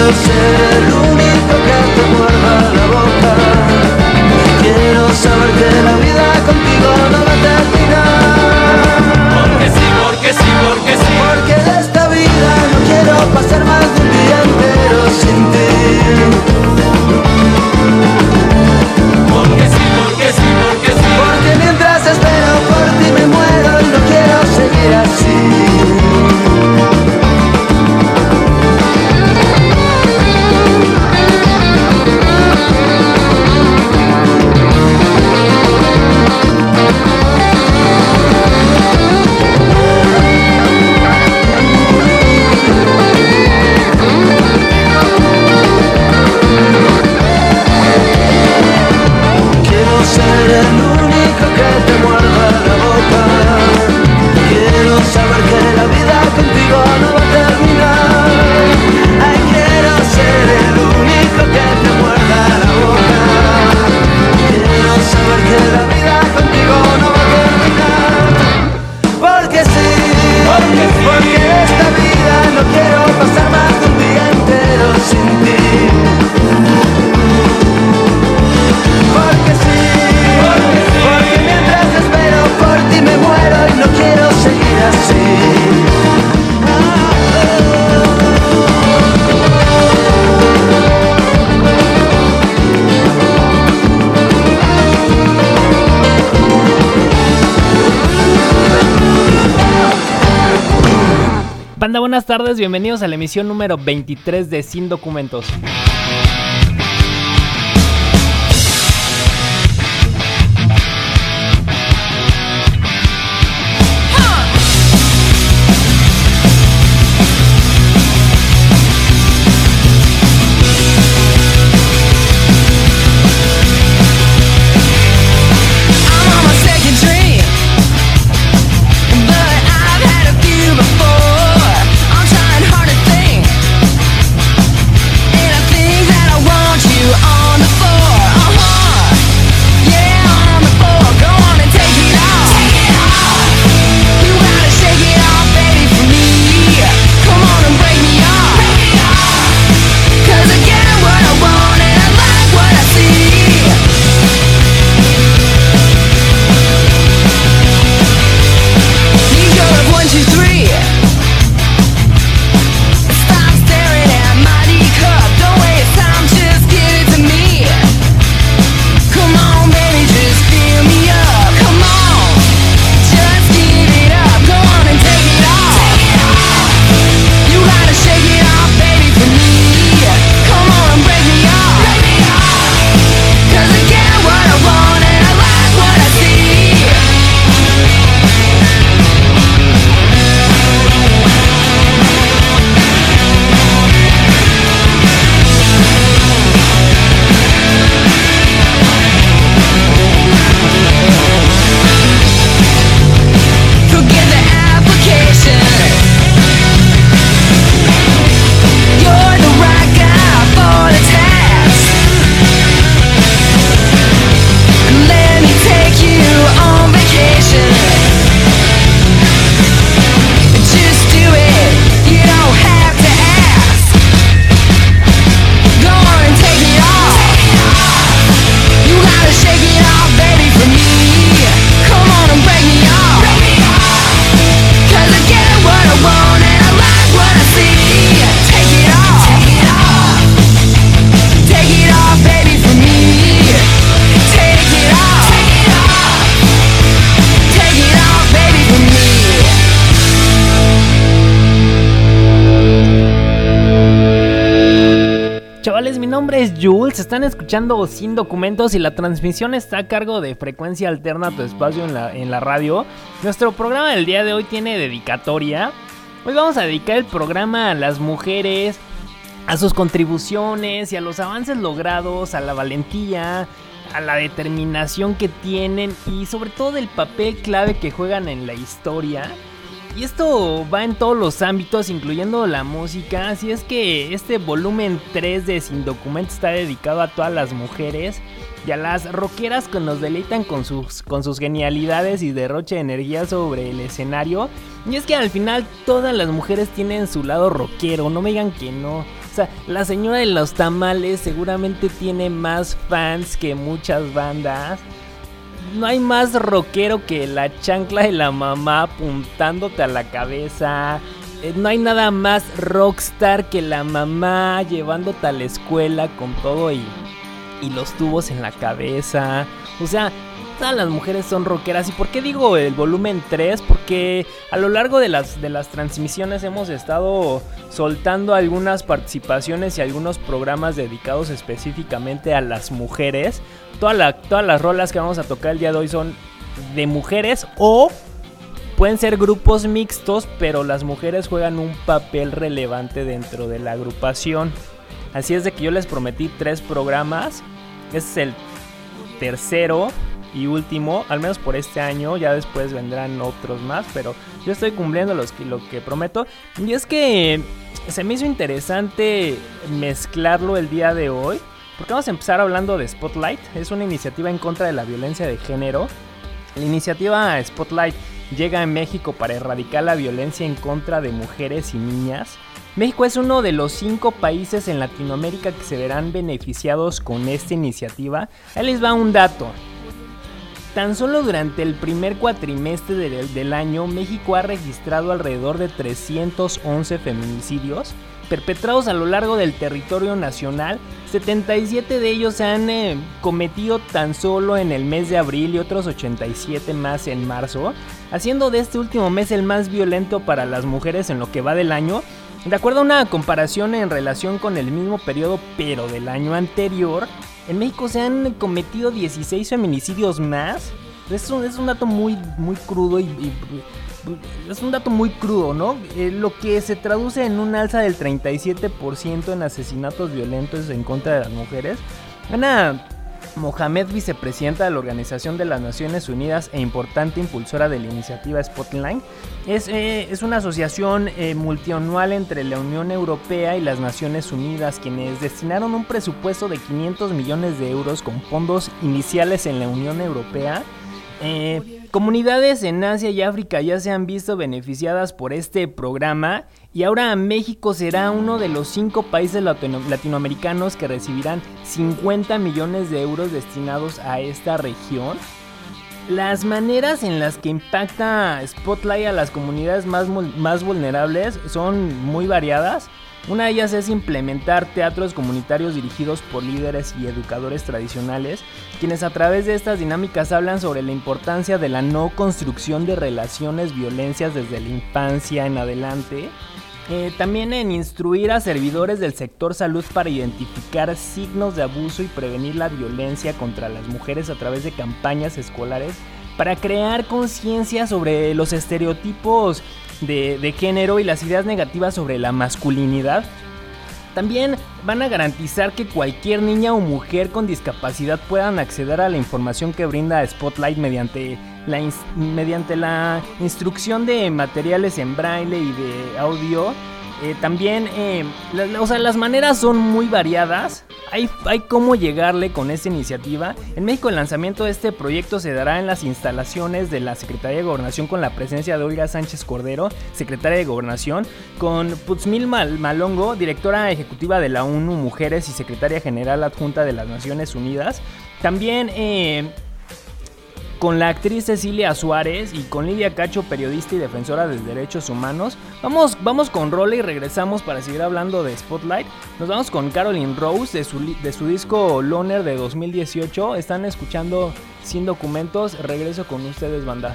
ser el único que te muerda la boca. Quiero saber que la vida contigo no va a terminar. Porque sí, porque sí, porque sí. Porque de esta vida no quiero pasar más de un día entero sin ti. Porque sí, porque sí, porque sí. Porque mientras espero por ti me muero y no quiero seguir así. Ser el único que te muerda la boca. Quiero saber que la vida contigo no va a terminar. Ay, quiero ser el único que te muerda la boca. Quiero saber que la vida contigo no va a terminar. Porque sí, porque esta vida no quiero pasar más de un día entero sin ti. Porque sí, porque mientras espero por ti me muero y no quiero seguir así. Banda, buenas tardes, bienvenidos a la emisión número 23 de Sin Documentos. Mi nombre es Jules, están escuchando Sin Documentos y la transmisión está a cargo de Frecuencia Alterna, tu espacio en la radio. Nuestro programa del día de hoy tiene dedicatoria. Hoy vamos a dedicar el programa a las mujeres, a sus contribuciones y a los avances logrados, a la valentía, a la determinación que tienen y sobre todo el papel clave que juegan en la historia. Y esto va en todos los ámbitos, incluyendo la música. Así es que este volumen 3 de Sin Documentos está dedicado a todas las mujeres y a las rockeras que nos deleitan con sus genialidades y derroche de energía sobre el escenario. Y es que al final todas las mujeres tienen su lado rockero, no me digan que no. O sea, la señora de los tamales seguramente tiene más fans que muchas bandas. No hay más rockero que la chancla de la mamá apuntándote a la cabeza. No hay nada más rockstar que la mamá llevándote a la escuela con todo y los tubos en la cabeza. O sea, todas las mujeres son rockeras. ¿Y por qué digo el volumen 3? Porque a lo largo de las transmisiones hemos estado soltando algunas participaciones y algunos programas dedicados específicamente a las mujeres. Todas las rolas que vamos a tocar el día de hoy son de mujeres o pueden ser grupos mixtos, pero las mujeres juegan un papel relevante dentro de la agrupación. Así es de que yo les prometí 3 programas. Este es el tercero y último, al menos por este año. Ya después vendrán otros más, pero yo estoy cumpliendo lo que prometo. Y es que se me hizo interesante mezclarlo el día de hoy, porque vamos a empezar hablando de Spotlight. Es una iniciativa en contra de la violencia de género. La iniciativa Spotlight llega a México para erradicar la violencia en contra de mujeres y niñas. México es uno de los 5 países en Latinoamérica que se verán beneficiados con esta iniciativa. Ahí les va un dato. Tan solo durante el primer cuatrimestre del año, México ha registrado alrededor de 311 feminicidios perpetrados a lo largo del territorio nacional. 77 de ellos se han cometido tan solo en el mes de abril y otros 87 más en marzo, haciendo de este último mes el más violento para las mujeres en lo que va del año. De acuerdo a una comparación en relación con el mismo periodo pero del año anterior, en México se han cometido 16 feminicidios más. Es un dato muy crudo y es un dato muy crudo, ¿no? Lo que se traduce en un alza del 37% en asesinatos violentos en contra de las mujeres. Ana Mohamed, vicepresidenta de la Organización de las Naciones Unidas e importante impulsora de la iniciativa Spotlight, es una asociación multianual entre la Unión Europea y las Naciones Unidas, quienes destinaron un presupuesto de 500 millones de euros con fondos iniciales en la Unión Europea. Comunidades en Asia y África ya se han visto beneficiadas por este programa y ahora México será uno de los 5 países latinoamericanos que recibirán 50 millones de euros destinados a esta región. Las maneras en las que impacta Spotlight a las comunidades más vulnerables son muy variadas. Una de ellas es implementar teatros comunitarios dirigidos por líderes y educadores tradicionales, quienes a través de estas dinámicas hablan sobre la importancia de la no construcción de relaciones violencias desde la infancia en adelante. También en instruir a servidores del sector salud para identificar signos de abuso y prevenir la violencia contra las mujeres a través de campañas escolares para crear conciencia sobre los estereotipos de género y las ideas negativas sobre la masculinidad. También van a garantizar que cualquier niña o mujer con discapacidad puedan acceder a la información que brinda Spotlight mediante la instrucción de materiales en braille y de audio. También, las maneras son muy variadas. Hay cómo llegarle con esta iniciativa. En México el lanzamiento de este proyecto se dará en las instalaciones de la Secretaría de Gobernación con la presencia de Olga Sánchez Cordero, secretaria de Gobernación, con Putzmil Malongo, directora ejecutiva de la ONU Mujeres y secretaria general adjunta de las Naciones Unidas. También con la actriz Cecilia Suárez y con Lidia Cacho, periodista y defensora de derechos humanos. Vamos con rola y regresamos para seguir hablando de Spotlight. Nos vamos con Caroline Rose de su disco Loner de 2018. Están escuchando Sin Documentos. Regreso con ustedes, banda.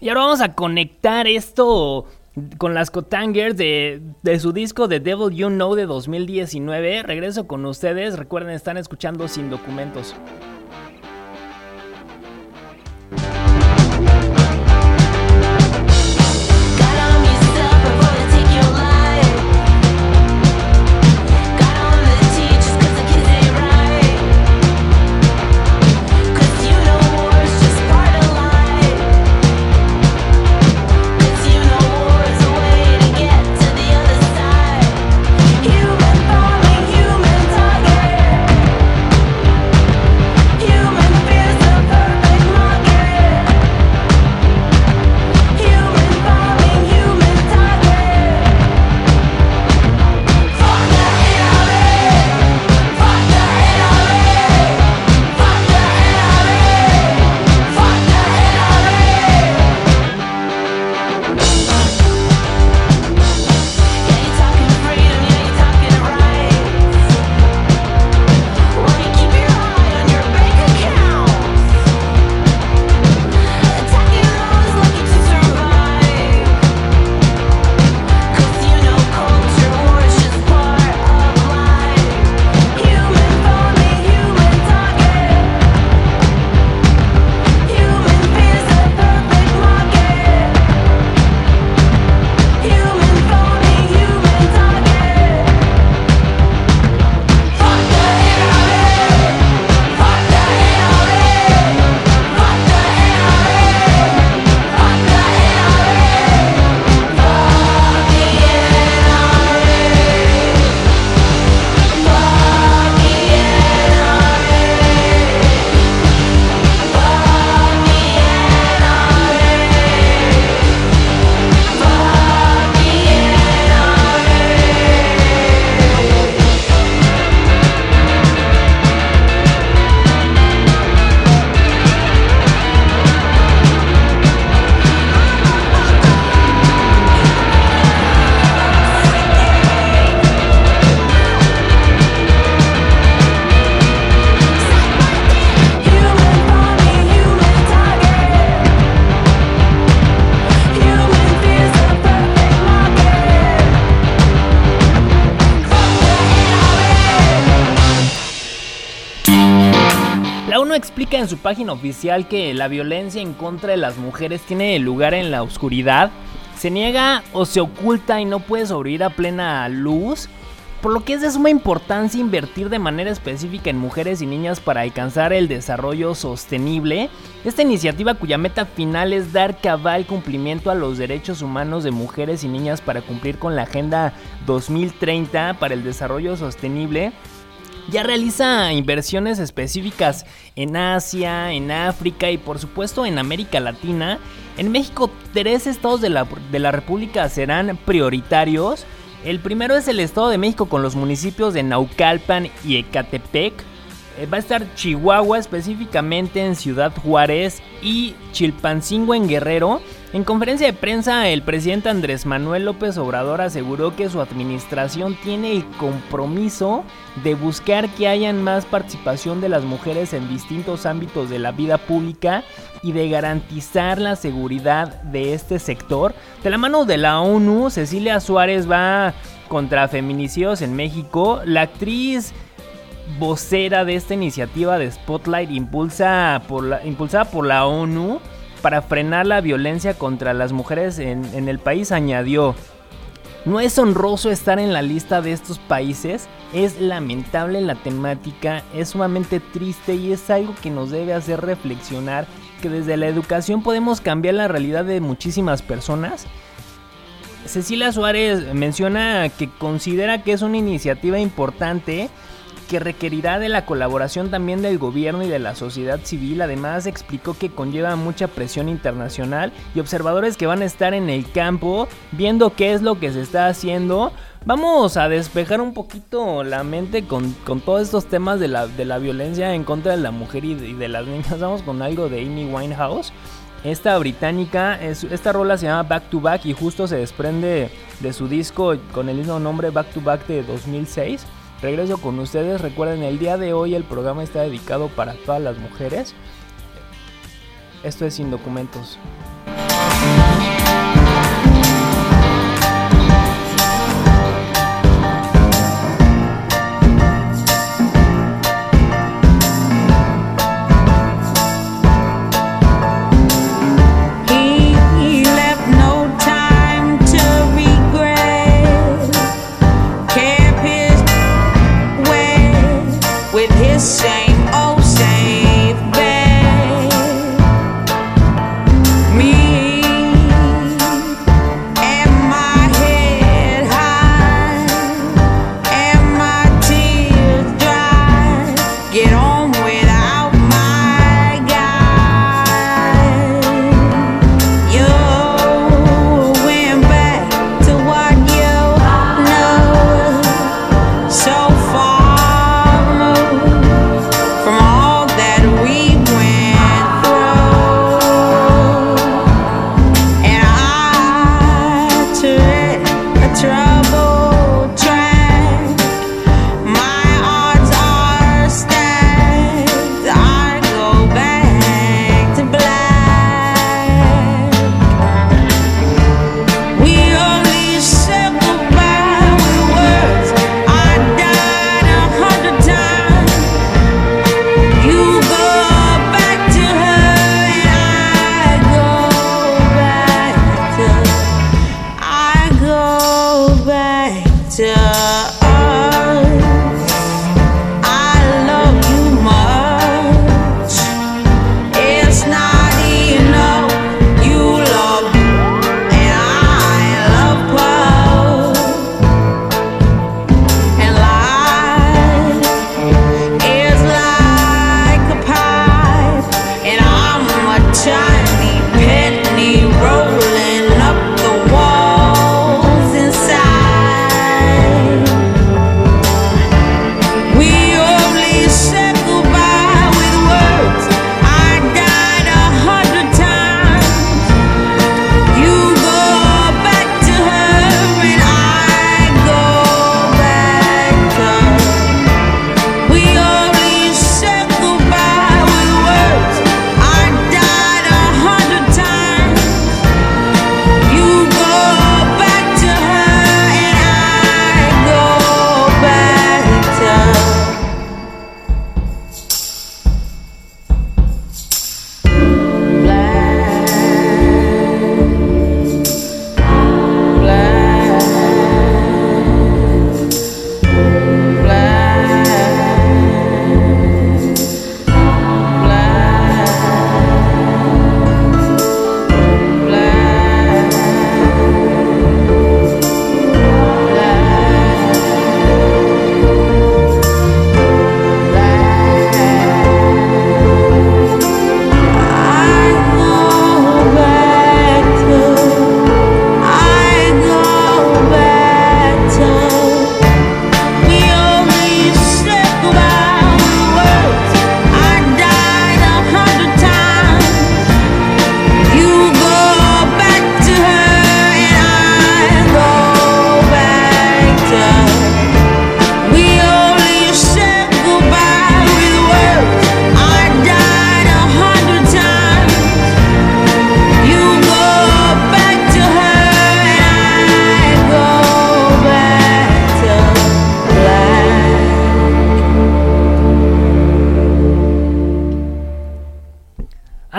Y ahora vamos a conectar esto con las Kotangers de su disco The Devil You Know de 2019. Regreso con ustedes. Recuerden, están escuchando Sin Documentos. Explica en su página oficial que la violencia en contra de las mujeres tiene lugar en la oscuridad, se niega o se oculta y no puede sobrevivir a plena luz, por lo que es de suma importancia invertir de manera específica en mujeres y niñas para alcanzar el desarrollo sostenible. Esta iniciativa, cuya meta final es dar cabal cumplimiento a los derechos humanos de mujeres y niñas para cumplir con la Agenda 2030 para el desarrollo sostenible, ya realiza inversiones específicas en Asia, en África y por supuesto en América Latina. En México, 3 estados de la República serán prioritarios. El primero es el Estado de México con los municipios de Naucalpan y Ecatepec. Va a estar Chihuahua, específicamente en Ciudad Juárez, y Chilpancingo en Guerrero. En conferencia de prensa, el presidente Andrés Manuel López Obrador aseguró que su administración tiene el compromiso de buscar que hayan más participación de las mujeres en distintos ámbitos de la vida pública y de garantizar la seguridad de este sector. De la mano de la ONU, Cecilia Suárez va contra feminicidios en México. La actriz vocera de esta iniciativa de Spotlight impulsada por la ONU para frenar la violencia contra las mujeres en el país, añadió: no es honroso estar en la lista de estos países, es lamentable la temática, es sumamente triste y es algo que nos debe hacer reflexionar que desde la educación podemos cambiar la realidad de muchísimas personas. Cecilia Suárez menciona que considera que es una iniciativa importante que requerirá de la colaboración también del gobierno y de la sociedad civil. Además, explicó que conlleva mucha presión internacional y observadores que van a estar en el campo viendo qué es lo que se está haciendo. Vamos a despejar un poquito la mente con todos estos temas de la violencia en contra de la mujer y de las niñas. Vamos con algo de Amy Winehouse. Esta británica, esta rola se llama Back to Back y justo se desprende de su disco con el mismo nombre, Back to Back, de 2006. Regreso con ustedes. Recuerden, el día de hoy el programa está dedicado para todas las mujeres. Esto es Sin Documentos.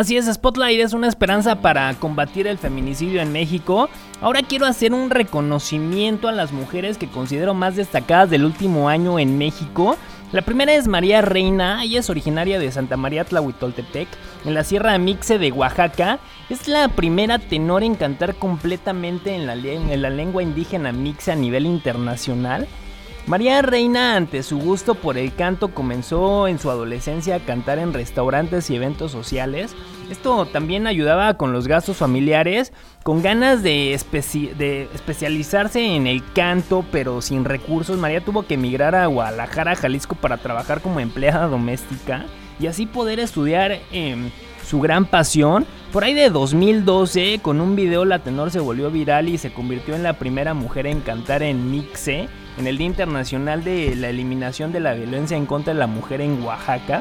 Así es, Spotlight es una esperanza para combatir el feminicidio en México. Ahora quiero hacer un reconocimiento a las mujeres que considero más destacadas del último año en México. La primera es María Reina, ella es originaria de Santa María Tlahuitoltepec, en la Sierra Mixe de Oaxaca. Es la primera tenor en cantar completamente en la lengua indígena mixe a nivel internacional. María Reina, ante su gusto por el canto, comenzó en su adolescencia a cantar en restaurantes y eventos sociales. Esto también ayudaba con los gastos familiares, con ganas de especializarse en el canto, pero sin recursos. María tuvo que emigrar a Guadalajara, Jalisco, para trabajar como empleada doméstica y así poder estudiar su gran pasión. Por ahí de 2012, con un video, la tenor se volvió viral y se convirtió en la primera mujer en cantar en Mixe, en el Día Internacional de la Eliminación de la Violencia en contra de la Mujer en Oaxaca.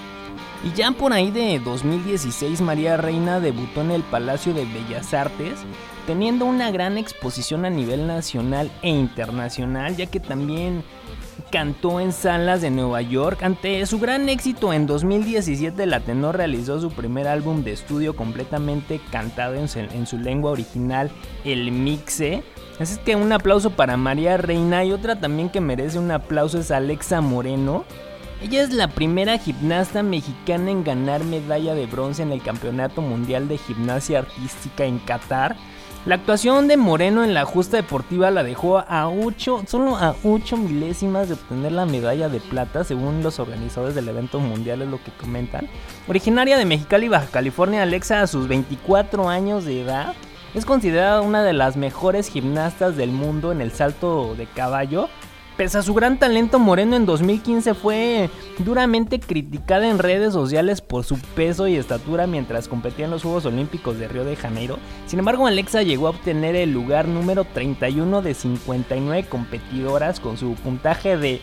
Y ya por ahí de 2016, María Reina debutó en el Palacio de Bellas Artes, teniendo una gran exposición a nivel nacional e internacional, ya que también cantó en salas de Nueva York. Ante su gran éxito en 2017, la tenor realizó su primer álbum de estudio completamente cantado en su lengua original, el Mixe. Así es que un aplauso para María Reina. Y otra también que merece un aplauso es Alexa Moreno. Ella es la primera gimnasta mexicana en ganar medalla de bronce en el Campeonato Mundial de Gimnasia Artística en Qatar. La actuación de Moreno en la justa deportiva la dejó solo a 8 milésimas de obtener la medalla de plata, según los organizadores del evento mundial, es lo que comentan. Originaria de Mexicali, Baja California, Alexa, a sus 24 años de edad, es considerada una de las mejores gimnastas del mundo en el salto de caballo. Pese a su gran talento, Moreno en 2015 fue duramente criticada en redes sociales por su peso y estatura mientras competía en los Juegos Olímpicos de Río de Janeiro. Sin embargo, Alexa llegó a obtener el lugar número 31 de 59 competidoras con su puntaje de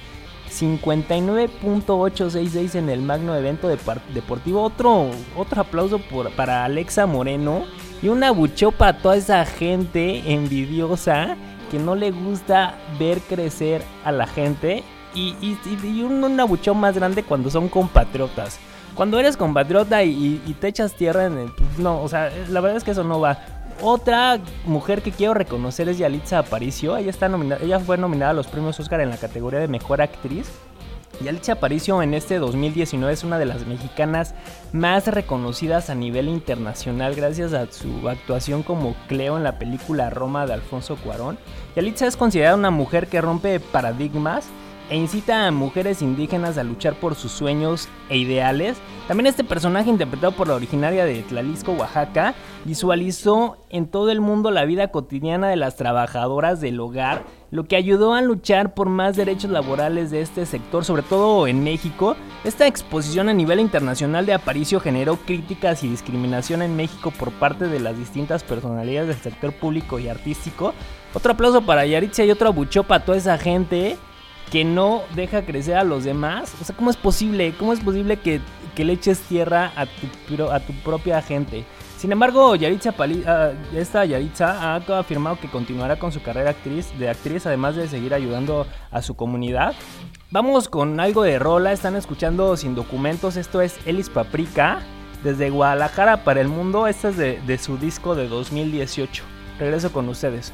59.866 en el magno evento deportivo. Otro aplauso para Alexa Moreno y un abucheo para toda esa gente envidiosa que no le gusta ver crecer a la gente, y un abucheo más grande cuando son compatriotas. Cuando eres compatriota y te echas tierra en el... Pues no, o sea, la verdad es que eso no va. Otra mujer que quiero reconocer es Yalitza Aparicio. Ella fue nominada a los premios Oscar en la categoría de Mejor Actriz. Yalitza Aparicio en este 2019 es una de las mexicanas más reconocidas a nivel internacional gracias a su actuación como Cleo en la película Roma de Alfonso Cuarón. Yalitza es considerada una mujer que rompe paradigmas e incita a mujeres indígenas a luchar por sus sueños e ideales. También este personaje, interpretado por la originaria de Tlalisco, Oaxaca, visualizó en todo el mundo la vida cotidiana de las trabajadoras del hogar, lo que ayudó a luchar por más derechos laborales de este sector, sobre todo en México. Esta exposición a nivel internacional de Aparicio generó críticas y discriminación en México por parte de las distintas personalidades del sector público y artístico. Otro aplauso para Yalitza y otro abucheo para toda esa gente que no deja crecer a los demás. O sea, ¿cómo es posible que le eches tierra a tu propia gente? Sin embargo, Yalitza ha afirmado que continuará con su carrera de actriz, además de seguir ayudando a su comunidad. Vamos con algo de rola. Están escuchando Sin Documentos. Esto es Elis Paprika, desde Guadalajara para el mundo. Este es de su disco de 2018. Regreso con ustedes.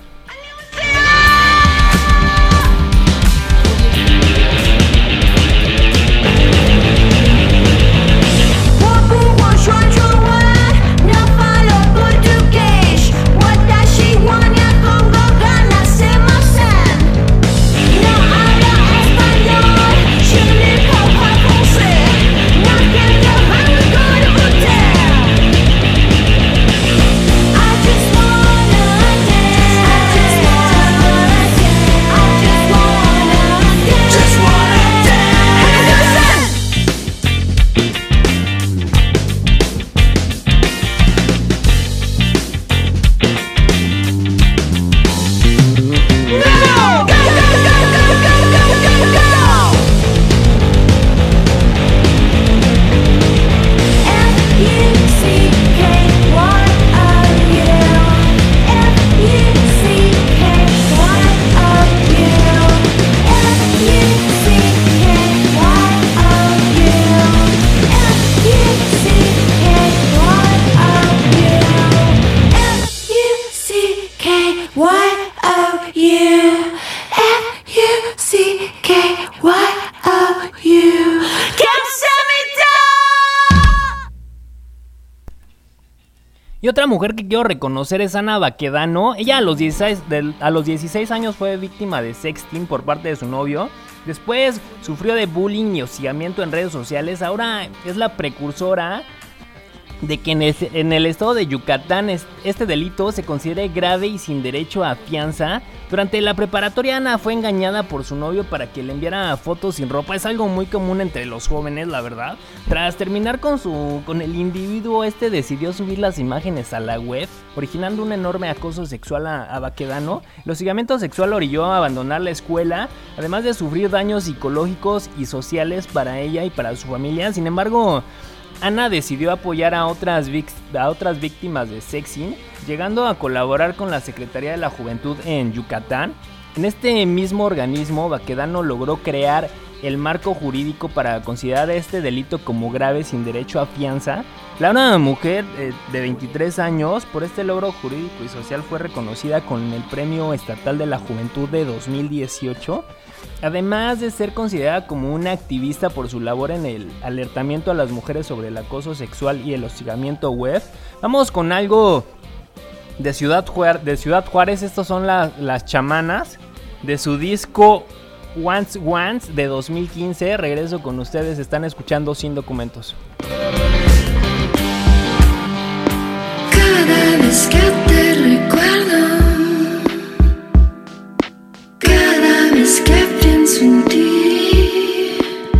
Y otra mujer que quiero reconocer es Ana Baquedano. Ella a los 16 años fue víctima de sexting por parte de su novio. Después sufrió de bullying y hostigamiento en redes sociales. Ahora es la precursora de que en el estado de Yucatán este delito se considere grave y sin derecho a fianza. Durante la preparatoria, Ana fue engañada por su novio para que le enviara fotos sin ropa. Es algo muy común entre los jóvenes, la verdad. Tras terminar con el individuo, decidió subir las imágenes a la web, originando un enorme acoso sexual a Baquedano. El hostigamiento sexual orilló a abandonar la escuela, además de sufrir daños psicológicos y sociales para ella y para su familia. Sin embargo, Ana decidió apoyar a otras víctimas de sexting, llegando a colaborar con la Secretaría de la Juventud en Yucatán. En este mismo organismo, Baquedano logró crear el marco jurídico para considerar este delito como grave sin derecho a fianza. La una mujer de 23 años, por este logro jurídico y social, fue reconocida con el Premio Estatal de la Juventud de 2018. Además de ser considerada como una activista por su labor en el alertamiento a las mujeres sobre el acoso sexual y el hostigamiento web. Vamos con algo de Ciudad Juárez. Estos son las Chamanas, de su disco Once de 2015. Regreso con ustedes, están escuchando Sin Documentos. Cada vez que te recuerdo, cada vez que pienso en ti,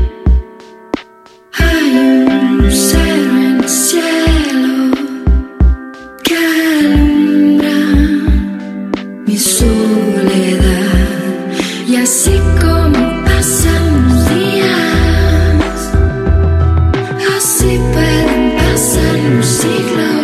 hay un lucero en el cielo que alumbra mi soledad. Y así como pasan los días, así pueden pasar los siglos.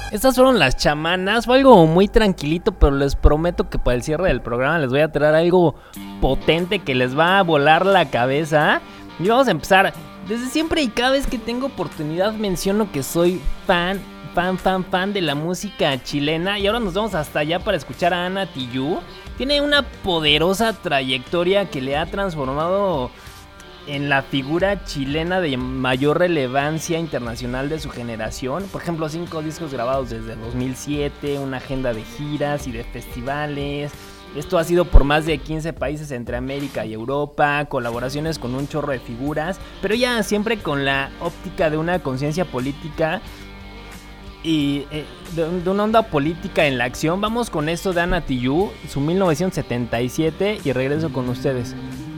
Estas fueron las chamanas, fue algo muy tranquilito, pero les prometo que para el cierre del programa les voy a traer algo potente que les va a volar la cabeza. Y vamos a empezar. Desde siempre y cada vez que tengo oportunidad menciono que soy fan de la música chilena. Y ahora nos vamos hasta allá para escuchar a Ana Tijoux. Tiene una poderosa trayectoria que le ha transformado en la figura chilena de mayor relevancia internacional de su generación. Por ejemplo, 5 discos grabados desde 2007, una agenda de giras y de festivales. Esto ha sido por más de 15 países entre América y Europa, colaboraciones con un chorro de figuras, pero ya siempre con la óptica de una conciencia política y de una onda política en la acción. Vamos con esto de Ana Tijoux, su 1977, y regreso con ustedes.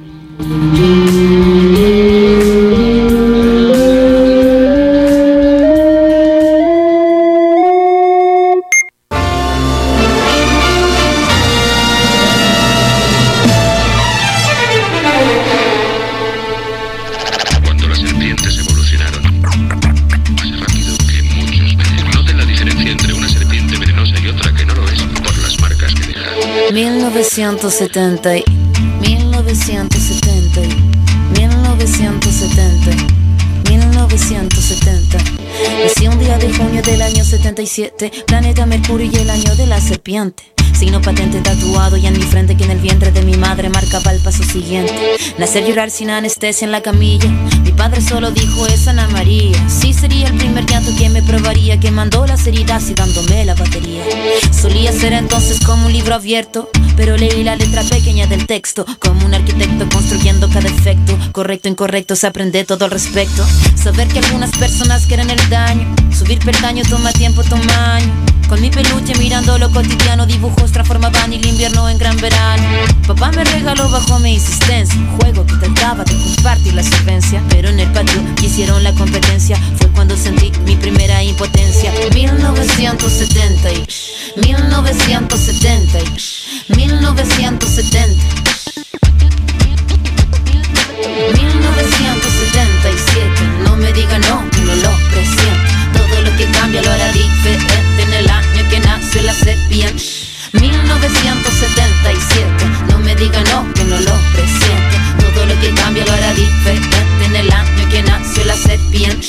Cuando las serpientes evolucionaron más rápido que muchos venenos. Noten la diferencia entre una serpiente venenosa y otra que no lo es por las marcas que deja. 1970, 1970. Nací un día de junio del año 77, planeta Mercurio y el año de la serpiente. Signo patente tatuado y en mi frente que en el vientre de mi madre marcaba el paso siguiente. Nacer, llorar sin anestesia en la camilla. Mi padre solo dijo es Ana María. Sí, sería el primer llanto que me probaría, que mandó las heridas y dándome la batería. Solía ser entonces como un libro abierto, pero leí la letra pequeña del texto, como un arquitecto construyendo cada efecto. Correcto, incorrecto, se aprende todo al respecto. Saber que algunas personas quieren el daño, subir peldaño toma tiempo, toma año. Con mi peluche mirando lo cotidiano, dibujos transformaban el invierno en gran verano. Papá me regaló bajo mi insistencia un juego que trataba de compartir la solvencia, pero en el patio hicieron la competencia. Fue cuando sentí mi primera impotencia. 1970, 1970, 1970, 1977. No me diga no, no lo presiento. Todo lo que cambia lo hará diferente en el año que nació la serpiente. 1977. No me diga no, que no lo presiento. Todo lo que cambia lo hará diferente en el año que nació la serpiente.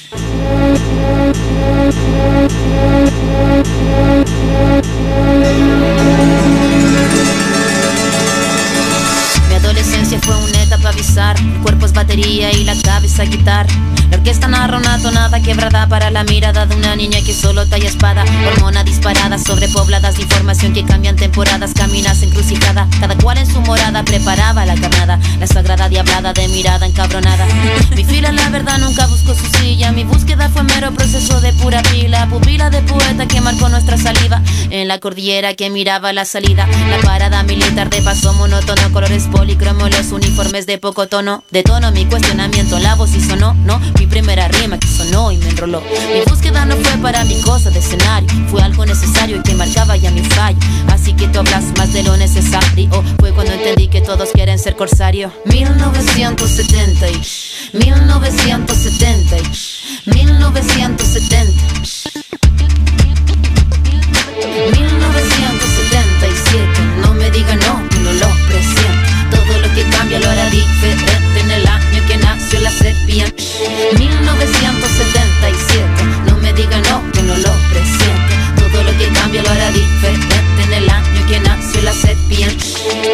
Mi adolescencia fue una etapa bizarra. El cuerpo es batería y la cabeza guitarra. La orquesta narra una tonada quebrada para la mirada de una niña que solo talla espada. Hormona disparada, sobrepobladas de información que cambian temporadas. Caminas encrucijada, cada cual en su morada preparaba la carnada. La sagrada diablada de mirada encabronada. Mi fila la verdad nunca buscó su silla. Mi búsqueda fue mero proceso de pura pila. Pupila de poeta que marcó nuestra saliva. En la cordillera que miraba la salida. La parada militar de paso monótono. Colores policromos, los uniformes de poco tono. De tono mi cuestionamiento, la voz y sonó, no. Mi primera rima que sonó y me enroló. Mi búsqueda no fue para mi cosa de escenario, fue algo necesario y que marcaba ya mi fallo. Así que tú hablas más de lo necesario. Fue cuando entendí que todos quieren ser corsario. 1970, 1970, 1970, 1977. No me diga no, no lo presiento. Todo lo que cambia lo hará diferente en el año que nació la serpiente. 1977. No me diga no, que no lo presiento. Todo lo que cambia lo hará diferente en el año que nació la serpiente.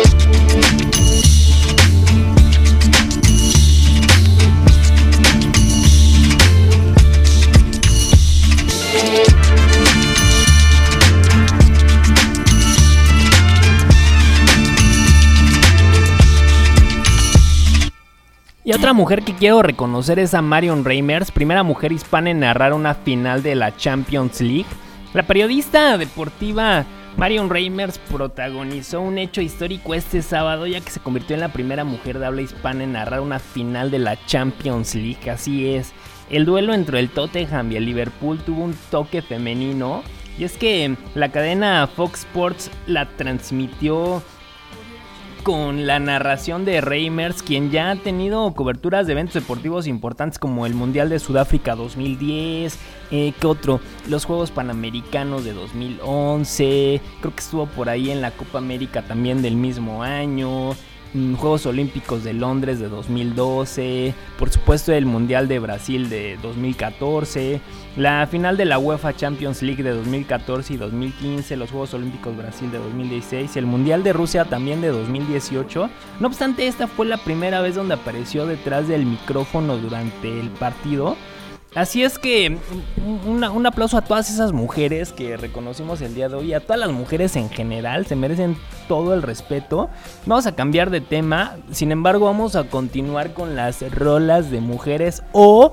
Y otra mujer que quiero reconocer es a Marion Reimers, primera mujer hispana en narrar una final de la Champions League. La periodista deportiva Marion Reimers protagonizó un hecho histórico este sábado, ya que se convirtió en la primera mujer de habla hispana en narrar una final de la Champions League. Así es, el duelo entre el Tottenham y el Liverpool tuvo un toque femenino, y es que la cadena Fox Sports la transmitió con la narración de Reimers, quien ya ha tenido coberturas de eventos deportivos importantes como el Mundial de Sudáfrica 2010, ¿qué otro? Los Juegos Panamericanos de 2011, creo que estuvo por ahí en la Copa América también del mismo año, Juegos Olímpicos de Londres de 2012, por supuesto el Mundial de Brasil de 2014, la final de la UEFA Champions League de 2014 y 2015, los Juegos Olímpicos Brasil de 2016, el Mundial de Rusia también de 2018. No obstante, esta fue la primera vez donde apareció detrás del micrófono durante el partido. Así es que un aplauso a todas esas mujeres que reconocimos el día de hoy, a todas las mujeres en general, se merecen todo el respeto. Vamos a cambiar de tema, sin embargo vamos a continuar con las rolas de mujeres o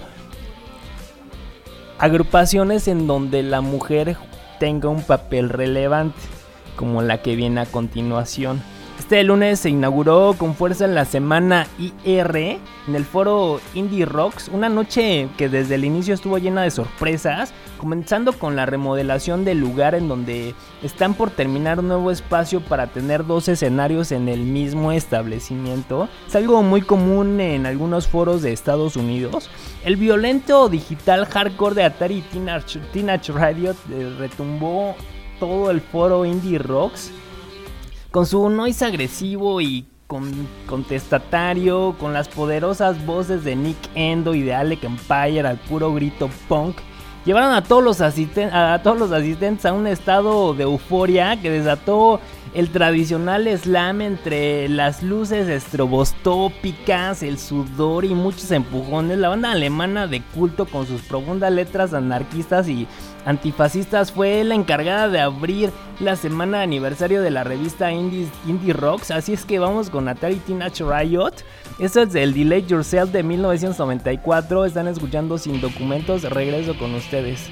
agrupaciones en donde la mujer tenga un papel relevante, como la que viene a continuación. Este lunes se inauguró con fuerza la semana IR en el foro Indie Rocks, una noche que desde el inicio estuvo llena de sorpresas, comenzando con la remodelación del lugar en donde están por terminar un nuevo espacio para tener 2 escenarios en el mismo establecimiento. Es algo muy común en algunos foros de Estados Unidos. El violento digital hardcore de Atari Teenage Riot retumbó todo el foro Indie Rocks con su noise agresivo y contestatario, con las poderosas voces de Nick Endo y de Alec Empire al puro grito punk. Llevaron a todos los asistentes a un estado de euforia que desató el tradicional slam entre las luces estroboscópicas, el sudor y muchos empujones. La banda alemana de culto, con sus profundas letras anarquistas y antifascistas, fue la encargada de abrir la semana de aniversario de la revista Indie Rocks. Así es que vamos con Atari Teenage Riot. Esto es el Delay Yourself de 1994. Están escuchando Sin Documentos. Regreso con ustedes.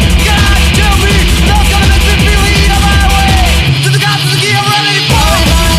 Running, boy,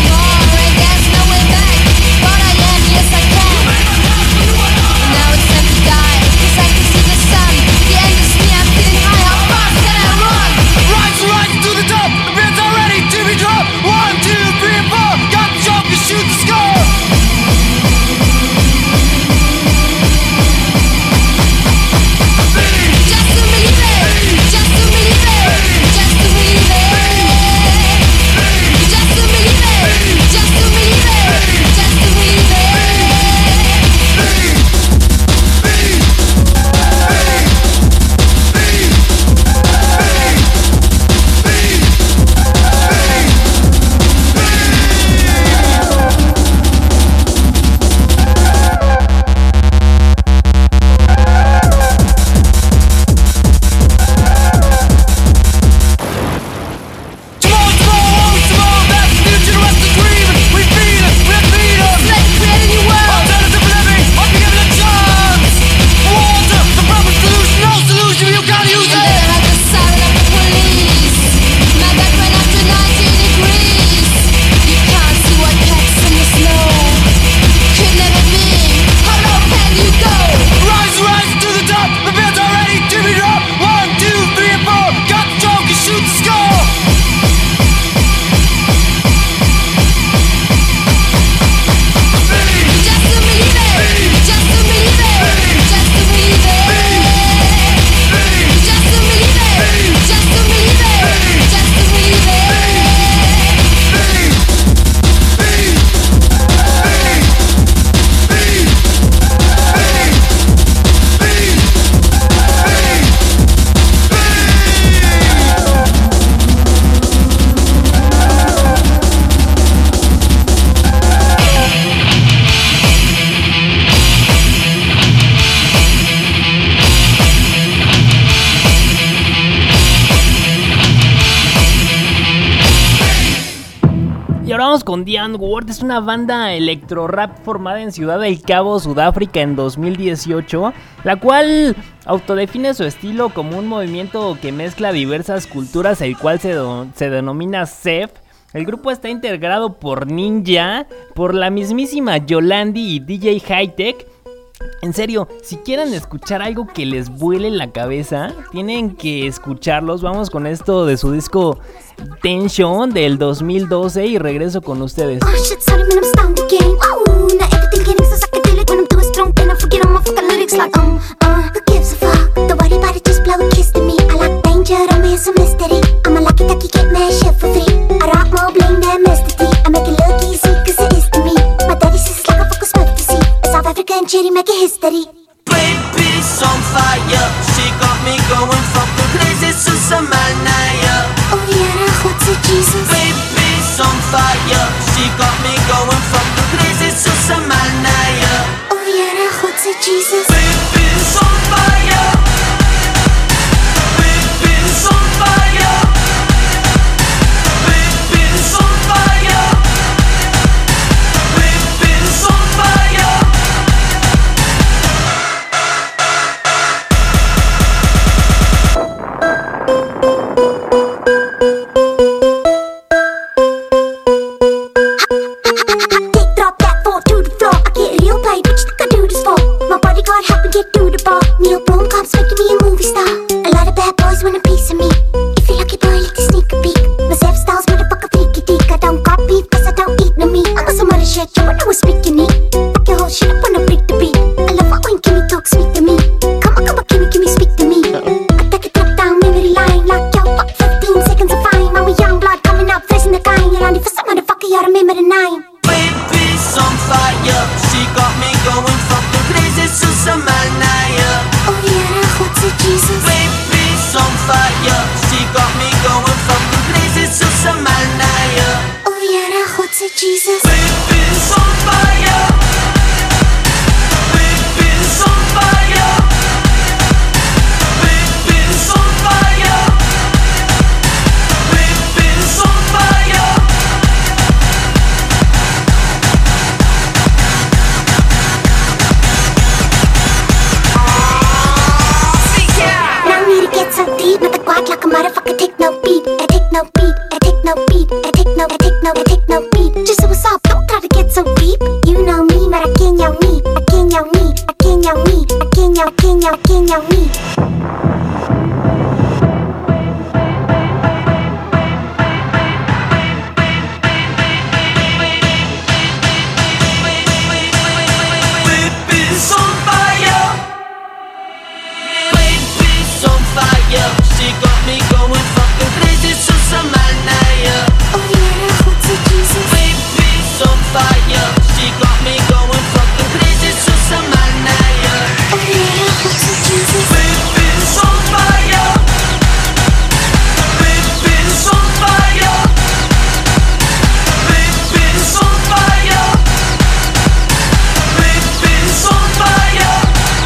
vamos con The N-Word. Es una banda electro rap formada en Ciudad del Cabo, Sudáfrica en 2018, la cual autodefine su estilo como un movimiento que mezcla diversas culturas, el cual se denomina Zef. El grupo está integrado por Ninja, por la mismísima Yolandi y DJ Hi-Tech. En serio, si quieren escuchar algo que les vuele la cabeza, tienen que escucharlos. Vamos con esto de su disco Tension del 2012 y regreso con ustedes. Oh shit, sorry man, I'm stoned again. Woo, now everything getting so psychedelic when I'm doing strong pain. I forget all my fucking lyrics like who gives a fuck? Don't worry about it, just blow a kiss to me. I like danger, I'm in some mystery. I'm a lucky ducky, get mad shit for free. I rock more bling than Mr. T. I make it look easy, cause it is to me. My daddy says it's like a fucking smoke to see. South African cherry making history. Baby's on fire, she got me going fucking crazy, Susamanaya. Oh yeah, that hot to Jesus. Baby's on fire, she got me going fucking crazy, Susamanaya. Oh yeah, that hot to Jesus. Baby's on fire. Baby's on fire. Baby's on fire. Baby's on fire. Get through the bar. Neil Blomkamp's making me a movie star. A lot of bad boys want a piece of me. If you're lucky boy, let the sneak a peek. My Zef style's motherfucker freaky deek. I don't got beef cause I don't eat no meat. I'm on some other shit, you wanna know what's speaking it. Fuck your whole shit up when I break the beat. I love it when Kimmy talks sweet to me. Come on, Kimmy, speak to me. I take a trip down memory line. Like yo, fuck 15 seconds of fine. I'm a young blood coming up, facing the kind. You're only for some motherfucker, you remember the nine. Baby's on fire, she got me going fucking crazy, Susamanaya. Oh yeah, that hot to Jesus. Baby's on fire, she got me going fucking crazy, Susamanaya. Oh yeah, that hot to Jesus. Baby's on fire. Baby's on fire. Baby's on fire. Baby's on fire. So deep, not the guac like a motherfucker. Take no beat, I take no beat, I take no beat, I take no, I take no, I take no beat. Just so what's up, don't try to get so deep. You know me, but I can't yell me, I can't yell me, I can't yell me, I can't yell, can't yell, can't yell me. Baby's on fire. Baby's on fire. She got me going fucking crazy, Susamanaya. Oh yeah, that hot to Jesus. Baby's on fire. She got me going fucking crazy, Susamanaya. Oh yeah, that hot to Jesus. Baby's on fire. Baby's on fire. Baby's on fire. Baby's on fire.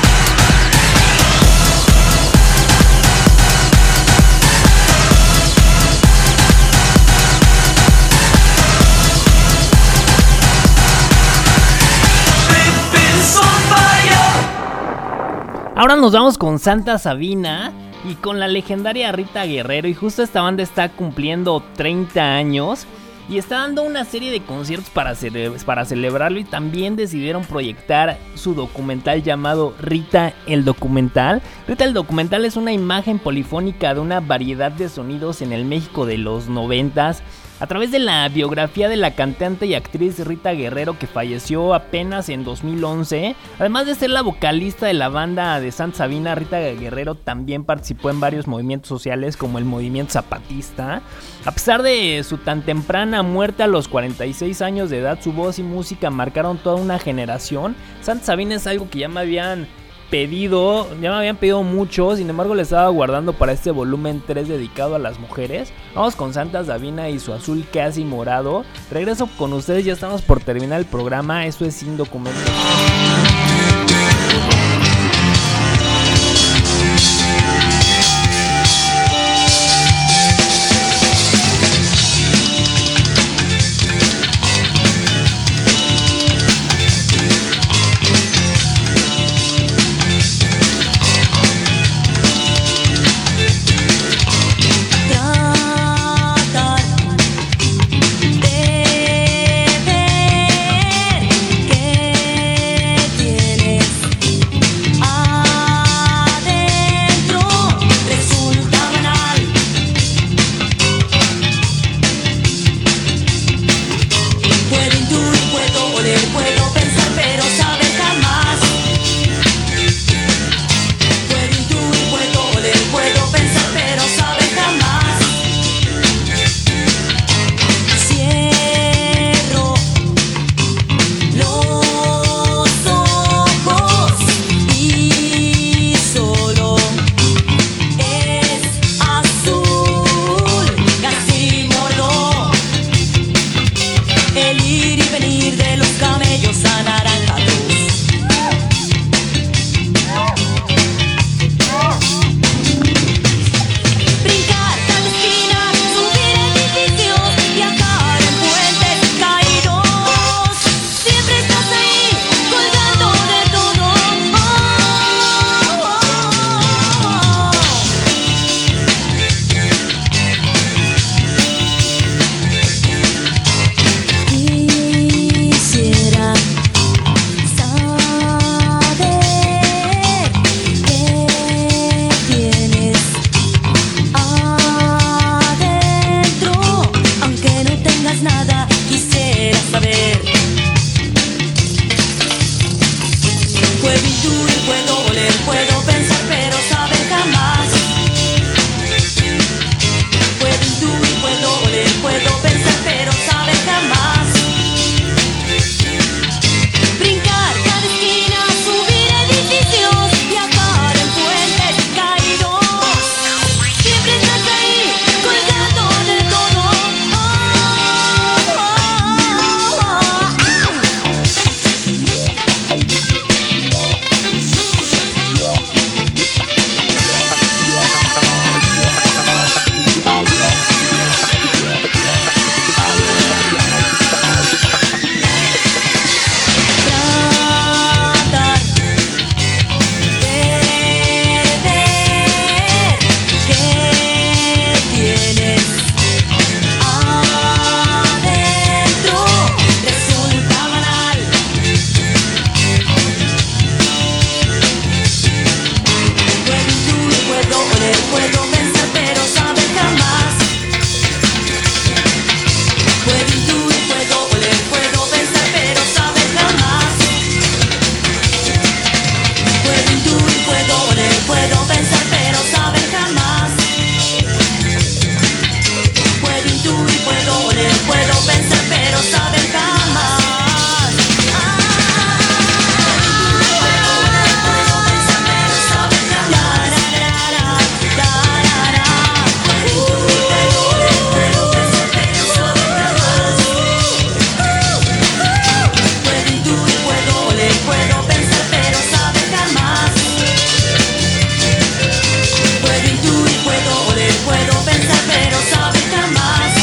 Ahora nos vamos con Santa Sabina y con la legendaria Rita Guerrero. Y justo esta banda está cumpliendo 30 años y está dando una serie de conciertos para celebrarlo. Y también decidieron proyectar su documental llamado Rita el Documental. Rita el Documental es una imagen polifónica de una variedad de sonidos en el México de los 90s. A través de la biografía de la cantante y actriz Rita Guerrero, que falleció apenas en 2011, además de ser la vocalista de la banda de Santa Sabina, Rita Guerrero también participó en varios movimientos sociales como el movimiento zapatista. A pesar de su tan temprana muerte a los 46 años de edad, su voz y música marcaron toda una generación. Santa Sabina es algo que ya me habían pedido mucho, sin embargo le estaba guardando para este volumen 3 dedicado a las mujeres. Vamos con Santa Sabina y su azul casi morado. Regreso con ustedes, ya estamos por terminar el programa, esto es Sin Documentos. ir de los camellos a naranjados. Brincar cada esquina, subir edificios, viajar en puentes caídos. Siempre estás ahí, colgando de todo. Quisiera saber qué tienes adentro, aunque no tengas nada, quisiera saber. Puedo intuir, puedo oler, puedo pensar, pero saber jamás. Puedo intuir, puedo oler, puedo pensar, pero saber jamás. Brincar cada esquina, subir edificios, viajar en puentes caídos. Siempre estás ahí, colgando de todo. Tratar de ver qué tienes adentro resulta banal. Puedo intuir, puedo oler, puedo pensar, pero saber jamás. Puedo intuir, puedo oler, puedo pensar, pero saber jamás. Puedo intuir, puedo oler, puedo pensar, pero saber jamás. Puedo intuir, puedo oler, puedo pensar, pero saber jamás. Puedo intuir, puedo oler, puedo pensar, pero saber jamás. Puedo intuir, puedo oler, puedo pensar, pero saber jamás.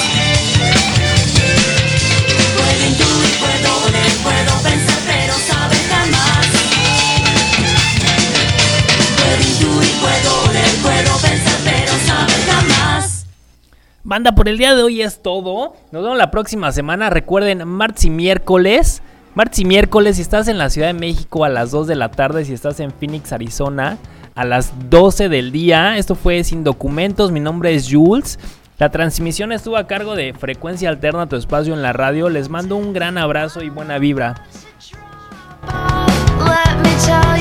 Puedo intuir, puedo oler, puedo pensar, pero saber jamás. Puedo intuir, puedo oler, puedo pensar, pero saber jamás. Banda, por el día de hoy es todo. Nos vemos la próxima semana. Recuerden, martes y miércoles. Martes y miércoles, si estás en la Ciudad de México a las 2 de la tarde, si estás en Phoenix, Arizona, a las 12 del día. Esto fue Sin Documentos. Mi nombre es Jules. La transmisión estuvo a cargo de Frecuencia Alterna, tu espacio en la radio. Les mando un gran abrazo y buena vibra. Let me tell